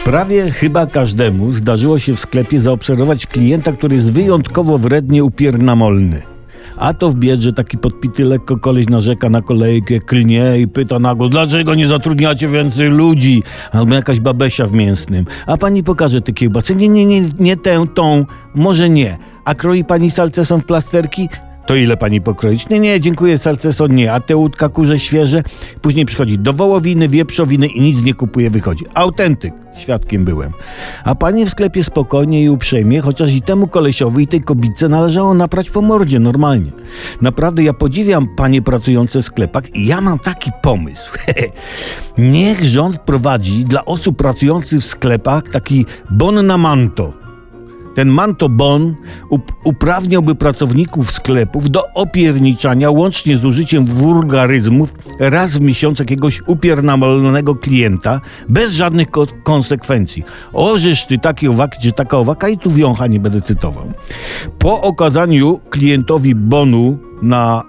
Prawie chyba każdemu zdarzyło się w sklepie zaobserwować klienta, który jest wyjątkowo wrednie upiernamolny. A to w biedrze taki podpity lekko koleś narzeka na kolejkę, klnie i pyta nago, dlaczego nie zatrudniacie więcej ludzi? Albo jakaś babesia w mięsnym. A pani pokaże te kiełbasy. Nie tę, tą, może nie. A kroi pani salceson w plasterki? To ile pani pokroić? Nie, dziękuję, salceson nie. A te łódka kurze świeże? Później przychodzi do wołowiny, wieprzowiny i nic nie kupuje, wychodzi. Autentyk. Świadkiem byłem. A pani w sklepie spokojnie i uprzejmie, chociaż i temu kolesiowi, i tej kobietce należało naprać po mordzie normalnie. Naprawdę ja podziwiam panie pracujące w sklepach i ja mam taki pomysł. Niech rząd wprowadzi dla osób pracujących w sklepach taki bon na manto. Ten manto-bon uprawniałby pracowników sklepów do opierniczania łącznie z użyciem wulgaryzmów raz w miesiąc jakiegoś upiernamolonego klienta bez żadnych konsekwencji. Ożeż ty taki owak czy taka owaka i tu wiącha nie będę cytował. Po okazaniu klientowi bonu na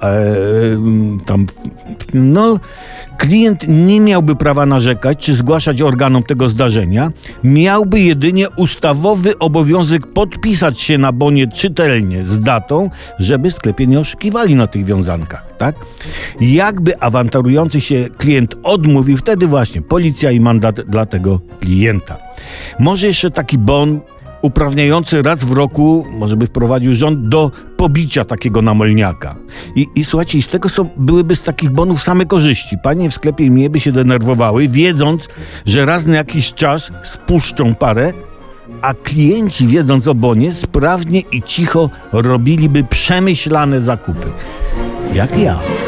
klient nie miałby prawa narzekać czy zgłaszać organom tego zdarzenia. Miałby jedynie ustawowy obowiązek podpisać się na bonie czytelnie z datą, żeby w sklepie nie oszukiwali na tych wiązankach, tak? Jakby awanturujący się klient odmówił, wtedy właśnie policja i mandat dla tego klienta. Może jeszcze taki bon uprawniający raz w roku, może by wprowadził rząd, do pobicia takiego namolniaka. I słuchajcie, z tego byłyby z takich bonów same korzyści. Panie w sklepie mnie by się denerwowały, wiedząc, że raz na jakiś czas spuszczą parę, a klienci, wiedząc o bonie, sprawnie i cicho robiliby przemyślane zakupy. Jak ja.